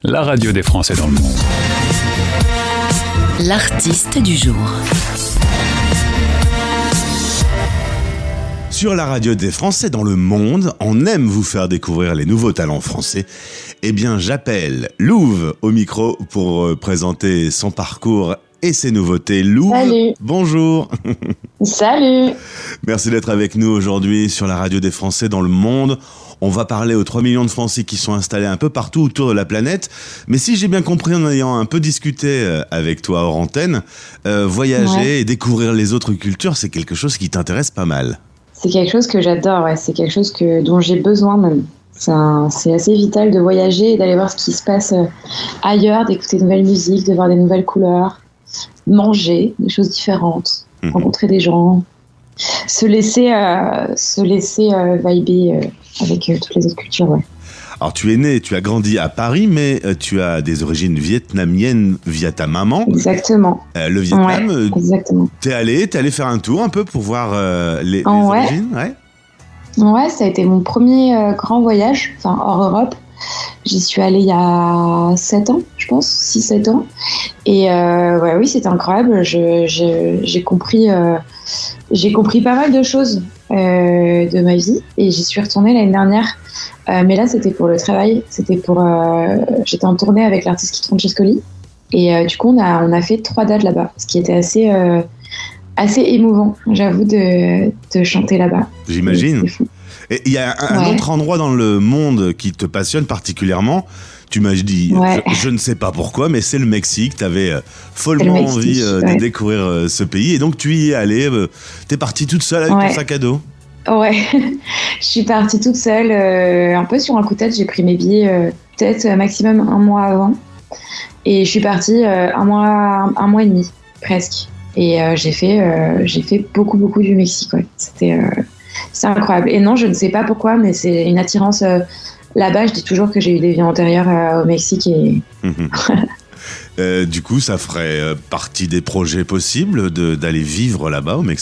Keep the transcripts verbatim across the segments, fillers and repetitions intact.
la radio des Français dans le monde. L'artiste du jour. Sur la radio des Français dans le monde, on aime vous faire découvrir les nouveaux talents français. Eh bien, j'appelle Louve au micro pour euh, présenter son parcours et ses nouveautés. Louve, Salut. Bonjour. Salut. Merci d'être avec nous aujourd'hui sur la radio des Français dans le monde. On va parler aux trois millions de Français qui sont installés un peu partout autour de la planète. Mais si j'ai bien compris en ayant un peu discuté avec toi hors antenne, euh, voyager ouais. et découvrir les autres cultures, c'est quelque chose qui t'intéresse pas mal. C'est quelque chose que j'adore, ouais. C'est quelque chose que, dont j'ai besoin même. C'est, un, c'est assez vital de voyager et d'aller voir ce qui se passe ailleurs, d'écouter de nouvelles musiques, de voir des nouvelles couleurs, manger des choses différentes, mmh. rencontrer des gens, se laisser, euh, se laisser euh, vibrer euh, avec euh, toutes les autres cultures. Ouais. Alors tu es né, tu as grandi à Paris, mais euh, tu as des origines vietnamiennes via ta maman. Exactement. Euh, le Vietnam, ouais, exactement. T'es allé, t'es allé faire un tour un peu pour voir euh, les, les oh, ouais. origines, ouais. Ouais, ça a été mon premier euh, grand voyage, enfin hors Europe. J'y suis allée il y a sept ans, je pense, six sept ans. Et euh, ouais, oui, c'était incroyable. Je, je, j'ai, compris, euh, j'ai compris pas mal de choses euh, de ma vie. Et j'y suis retournée l'année dernière. Euh, mais là, c'était pour le travail. C'était pour, euh, j'étais en tournée avec l'artiste Francescoli. Et euh, du coup, on a, on a fait trois dates là-bas, ce qui était assez, euh, assez émouvant, j'avoue, de, de chanter là-bas. J'imagine. Et il y a un, ouais. un autre endroit dans le monde qui te passionne particulièrement. Tu m'as dit, ouais. je, je ne sais pas pourquoi, mais c'est le Mexique. Tu avais follement Mexique, envie euh, ouais. de découvrir euh, ce pays. Et donc, tu y es allée. Euh, tu es partie toute seule avec ouais. ton sac à dos. Ouais, je suis partie toute seule, euh, un peu sur un coup de tête. J'ai pris mes billets euh, peut-être maximum un mois avant. Et je suis partie euh, un, mois, un mois et demi, presque. Et euh, j'ai, fait, euh, j'ai fait beaucoup, beaucoup du Mexique. Ouais. C'était... Euh, C'est incroyable. Et non, je ne sais pas pourquoi, mais c'est une attirance euh, là-bas. Je dis toujours que j'ai eu des vies antérieures euh, au Mexique. Et... euh, du coup, ça ferait euh, partie des projets possibles de, d'aller vivre là-bas au Mexique ?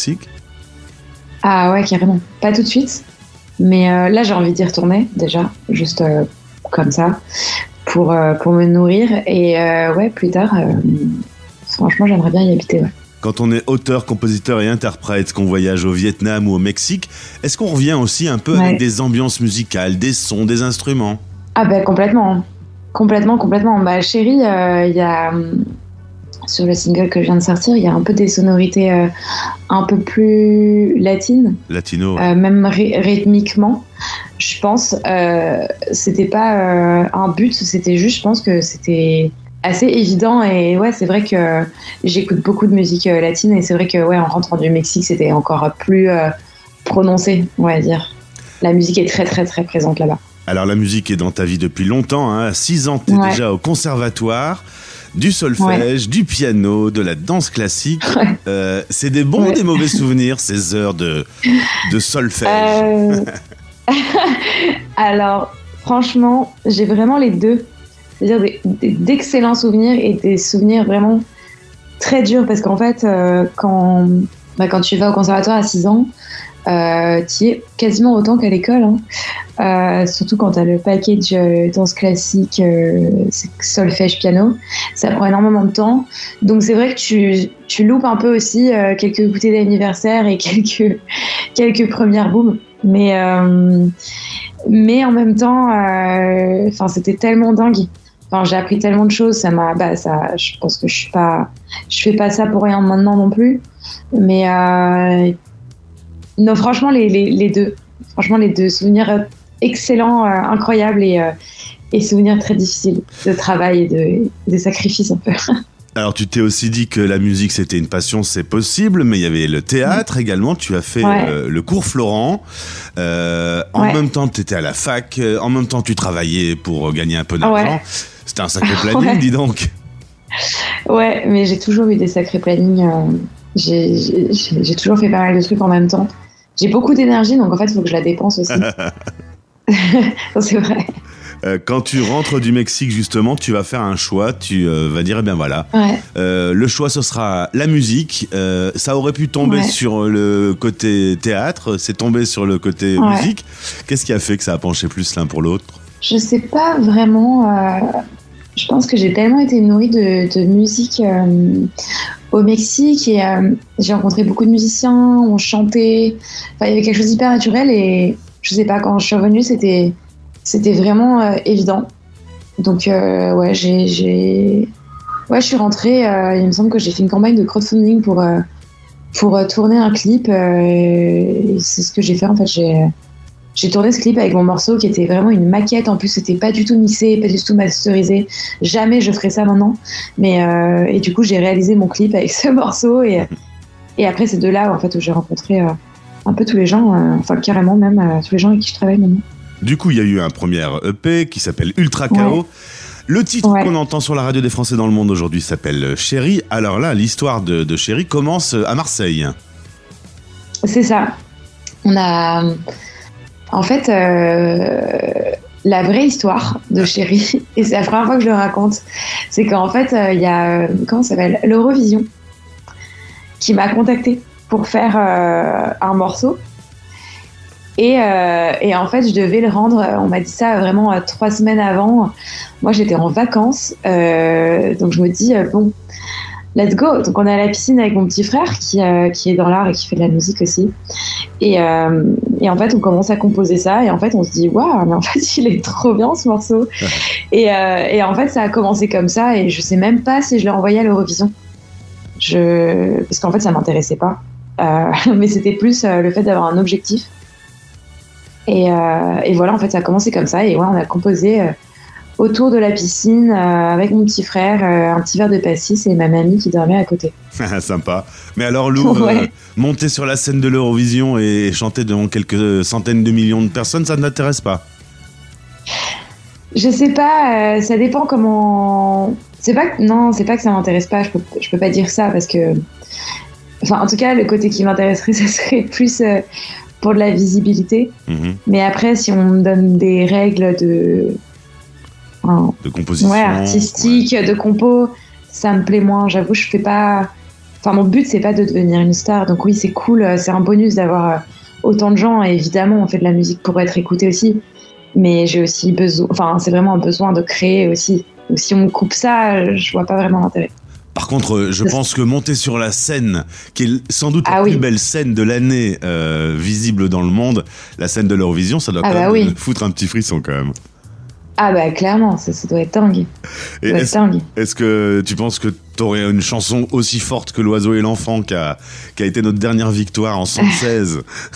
Ah ouais, carrément. Pas tout de suite. Mais euh, là, j'ai envie d'y retourner déjà, juste euh, comme ça, pour, euh, pour me nourrir. Et euh, ouais, plus tard, euh, franchement, j'aimerais bien y habiter, ouais. Quand on est auteur, compositeur et interprète, qu'on voyage au Vietnam ou au Mexique, est-ce qu'on revient aussi un peu ouais. avec des ambiances musicales, des sons, des instruments ? Ah ben complètement, complètement, complètement. Bah chérie, il euh, y a sur le single que je viens de sortir, il y a un peu des sonorités euh, un peu plus latines, latino, euh, même ry- rythmiquement. Je pense, euh, c'était pas euh, un but, c'était juste, je pense que c'était assez évident. Et ouais, c'est vrai que j'écoute beaucoup de musique euh, latine et c'est vrai que ouais, en rentrant du Mexique, c'était encore plus euh, prononcé, on va dire. La musique est très très très présente là-bas. Alors la musique est dans ta vie depuis longtemps, hein. À six ans, t'es ouais. déjà au conservatoire, du solfège, ouais. du piano, de la danse classique. Ouais. Euh, c'est des bons ou ouais. des mauvais souvenirs, ces heures de, de solfège euh... Alors, franchement, j'ai vraiment les deux. C'est-à-dire des, des, d'excellents souvenirs et des souvenirs vraiment très durs parce qu'en fait, euh, quand, bah, quand tu vas au conservatoire à six ans, euh, tu y es quasiment autant qu'à l'école. Hein. Euh, surtout quand tu as le package euh, danse classique, euh, solfège, piano. Ça prend énormément de temps. Donc c'est vrai que tu, tu loupes un peu aussi euh, quelques goûters d'anniversaire et quelques, quelques premières booms. Mais, euh, mais en même temps, euh, c'était tellement dingue. Enfin, j'ai appris tellement de choses, ça m'a, bah, ça, je pense que je suis pas, je fais pas ça pour rien maintenant non plus. Mais euh, non, franchement, les, les, les deux, franchement, les deux souvenirs excellents, euh, incroyables et, euh, et souvenirs très difficiles de travail et de, de sacrifices un peu. Alors, tu t'es aussi dit que la musique, c'était une passion, c'est possible, mais il y avait le théâtre mmh. également. Tu as fait ouais. euh, le cours Florent. Euh, en ouais. même temps, tu étais à la fac. En même temps, tu travaillais pour gagner un peu d'argent. Ouais. C'était un sacré planning, ouais. dis donc. Ouais, mais j'ai toujours eu des sacrés plannings. Euh, j'ai, j'ai, j'ai toujours fait pas mal de trucs en même temps. J'ai beaucoup d'énergie, donc en fait, il faut que je la dépense aussi. C'est vrai. Euh, quand tu rentres du Mexique, justement, tu vas faire un choix. Tu euh, vas dire, eh bien voilà, ouais. euh, le choix, ce sera la musique. Euh, ça aurait pu tomber ouais. sur le côté théâtre, c'est tombé sur le côté ouais. musique. Qu'est-ce qui a fait que ça a penché plus l'un pour l'autre ? Je sais pas vraiment. Euh... je pense que j'ai tellement été nourrie de, de musique euh, au Mexique et euh, j'ai rencontré beaucoup de musiciens, on chantait, enfin, il y avait quelque chose d'hyper naturel et je sais pas, quand je suis revenue, c'était, c'était vraiment euh, évident. Donc, euh, ouais, j'ai, j'ai... Ouais, je suis rentrée, euh, il me semble que j'ai fait une campagne de crowdfunding pour, euh, pour euh, tourner un clip. Euh, et c'est ce que j'ai fait, en fait. J'ai, j'ai tourné ce clip avec mon morceau qui était vraiment une maquette. En plus, c'était pas du tout mixé, pas du tout masterisé. Jamais je ferais ça maintenant. Mais, euh, et du coup, j'ai réalisé mon clip avec ce morceau. Et, et après, c'est de là, en fait, où j'ai rencontré euh, un peu tous les gens, euh, enfin, carrément même euh, tous les gens avec qui je travaille maintenant. Du coup, il y a eu un premier E P qui s'appelle Ultra Chaos. Ouais. Le titre ouais. qu'on entend sur la radio des Français dans le monde aujourd'hui s'appelle Chérie. Alors là, l'histoire de, de Chérie commence à Marseille. C'est ça. On a... En fait, euh, la vraie histoire de Chérie, et c'est la première fois que je le raconte, c'est qu'en fait, il euh, y a... Comment ça s'appelle ? l'Eurovision, qui m'a contactée pour faire euh, un morceau. Et, euh, et en fait, je devais le rendre, on m'a dit ça vraiment euh, trois semaines avant. Moi, j'étais en vacances, euh, donc je me dis, euh, bon, let's go. Donc, on est à la piscine avec mon petit frère qui, euh, qui est dans l'art et qui fait de la musique aussi. Et, euh, et en fait, on commence à composer ça. Et en fait, on se dit, waouh, mais en fait, il est trop bien ce morceau. et, euh, et en fait, ça a commencé comme ça. Et je sais même pas si je l'ai envoyé à l'Eurovision. Je... Parce qu'en fait, ça m'intéressait pas. Euh, mais c'était plus euh, le fait d'avoir un objectif. Et, euh, et voilà, en fait, ça a commencé comme ça. Et ouais, on a composé euh, autour de la piscine euh, avec mon petit frère, euh, un petit verre de pastis et ma mamie qui dormait à côté. Sympa. Mais alors, Lou, ouais. euh, monter sur la scène de l'Eurovision et chanter devant quelques centaines de millions de personnes, ça ne t'intéresse pas ? Je sais pas. Euh, ça dépend comment. C'est pas que... Non, c'est pas que ça m'intéresse pas. Je peux, je peux pas dire ça parce que. Enfin, en tout cas, le côté qui m'intéresserait, ça serait plus. Euh, pour de la visibilité. Mmh. Mais après, si on me donne des règles de... Enfin, de composition. Ouais, artistique, ouais. de compo, ça me plaît moins. J'avoue, je fais pas... Enfin, mon but, c'est pas de devenir une star. Donc oui, c'est cool. C'est un bonus d'avoir autant de gens. Et évidemment, on fait de la musique pour être écouté aussi. Mais j'ai aussi besoin... Enfin, c'est vraiment un besoin de créer aussi. Donc si on me coupe ça, je vois pas vraiment l'intérêt. Par contre, je pense que monter sur la scène, qui est sans doute la ah, plus oui. belle scène de l'année euh, visible dans le monde, la scène de l'Eurovision, ça doit ah, quand bah, même oui. foutre un petit frisson quand même. Ah bah clairement, ça, ça doit être dingue. Et doit est-ce, être dingue. Est-ce que tu penses que tu aurais une chanson aussi forte que L'Oiseau et l'Enfant, qui a, qui a été notre dernière victoire en soixante-seize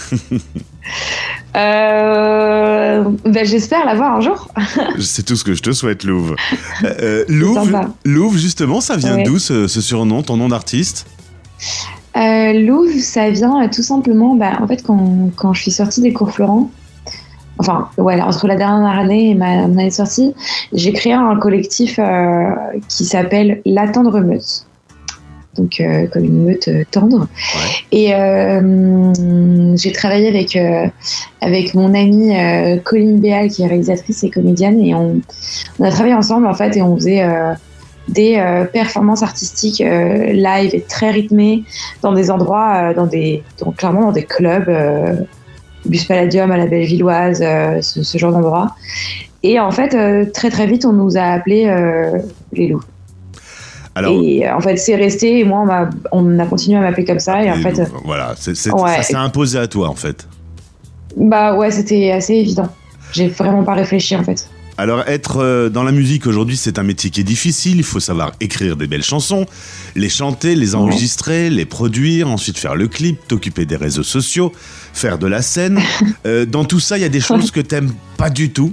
euh, ben j'espère l'avoir un jour. C'est tout ce que je te souhaite, Louve. Euh, Louve, Louve, justement, ça vient ouais. d'où ce, ce surnom, ton nom d'artiste ? euh, Louve, ça vient euh, tout simplement, bah, en fait, quand, quand je suis sortie des cours Florent, enfin, ouais, entre la dernière année et ma, mon année de sortie, j'ai créé un collectif euh, qui s'appelle La Tendre Meute. Donc, euh, comme une meute euh, tendre. Ouais. Et euh, j'ai travaillé avec, euh, avec mon amie euh, Colline Béal, qui est réalisatrice et comédienne, et on, on a travaillé ensemble, en fait, et on faisait euh, des euh, performances artistiques euh, live et très rythmées dans des endroits, euh, dans des, donc, clairement dans des clubs, euh, Bus Palladium à la Bellevilloise, euh, ce, ce genre d'endroits. Et en fait, euh, très très vite, on nous a appelés euh, les loups. Alors, et en fait, c'est resté, et moi, on, m'a, on a continué à m'appeler comme ça. Et, et en fait, voilà, c'est, c'est, ouais. ça s'est imposé à toi, en fait. Bah ouais, c'était assez évident. J'ai vraiment pas réfléchi, en fait. Alors, être dans la musique aujourd'hui, c'est un métier qui est difficile. Il faut savoir écrire des belles chansons, les chanter, les enregistrer, ouais. les produire, ensuite faire le clip, t'occuper des réseaux sociaux, faire de la scène. euh, dans tout ça, il y a des choses que t'aimes pas du tout.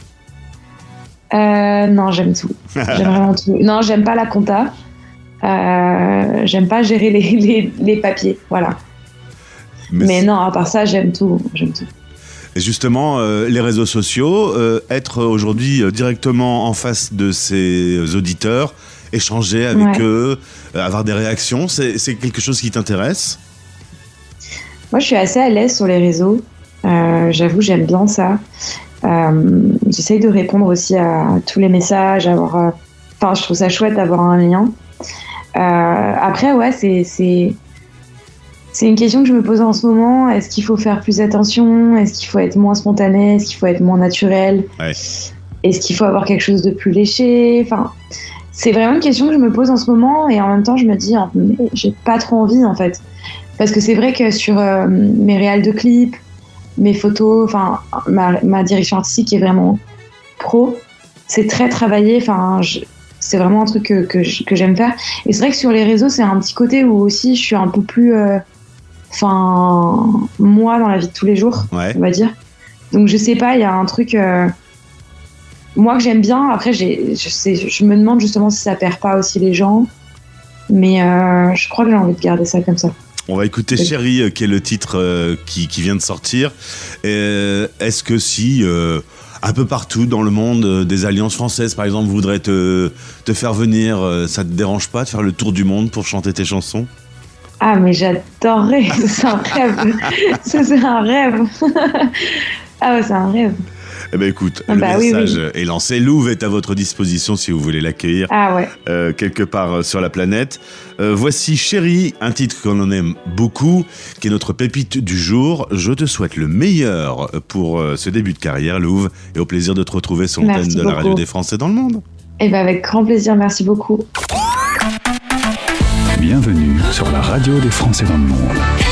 Euh, non, j'aime tout. J'aime vraiment tout. Non, j'aime pas la compta. Euh, j'aime pas gérer les, les, les papiers. Voilà. Mais, Mais non, à part ça, j'aime tout. J'aime tout. Et justement, euh, les réseaux sociaux, euh, être aujourd'hui euh, directement en face de ses auditeurs, échanger avec ouais. eux, euh, avoir des réactions, c'est, c'est quelque chose qui t'intéresse ? Moi, je suis assez à l'aise sur les réseaux. Euh, j'avoue, j'aime bien ça. Euh, j'essaye de répondre aussi à, à tous les messages, avoir, euh, enfin, je trouve ça chouette d'avoir un lien. Euh, après, ouais, c'est, c'est, c'est une question que je me pose en ce moment. Est-ce qu'il faut faire plus attention ? Est-ce qu'il faut être moins spontané ? Est-ce qu'il faut être moins naturel ? Ouais. est-ce qu'il faut avoir quelque chose de plus léché? Enfin, c'est vraiment une question que je me pose en ce moment et en même temps je me dis mais j'ai pas trop envie en fait, parce que c'est vrai que sur euh, mes réals de clips, mes photos, enfin ma, ma direction artistique est vraiment pro, c'est très travaillé, enfin je, c'est vraiment un truc que, que, que j'aime faire. Et c'est vrai que sur les réseaux c'est un petit côté où aussi je suis un peu plus enfin euh, moi dans la vie de tous les jours, ouais. On va dire, donc je sais pas, il y a un truc euh, moi que j'aime bien. Après, j'ai, je, sais, je me demande justement si ça perd pas aussi les gens. Mais euh, je crois que j'ai envie de garder ça comme ça. On va écouter oui. Chérie, qui est le titre euh, qui, qui vient de sortir. Et est-ce que si, euh, un peu partout dans le monde, euh, des alliances françaises, par exemple, voudraient te, te faire venir, euh, ça te dérange pas de faire le tour du monde pour chanter tes chansons? Ah, mais j'adorerais. C'est un rêve. Ça, c'est un rêve. Ah ouais, c'est un rêve. Eh ben écoute, ah le bah message oui, oui. est lancé. Louve est à votre disposition si vous voulez l'accueillir ah ouais. euh, quelque part sur la planète. Euh, voici Chérie, un titre qu'on en aime beaucoup, qui est notre pépite du jour. Je te souhaite le meilleur pour euh, ce début de carrière, Louve, et au plaisir de te retrouver sur l'antenne de la radio des Français dans le monde. Eh ben avec grand plaisir, merci beaucoup. Bienvenue sur la radio des Français dans le monde.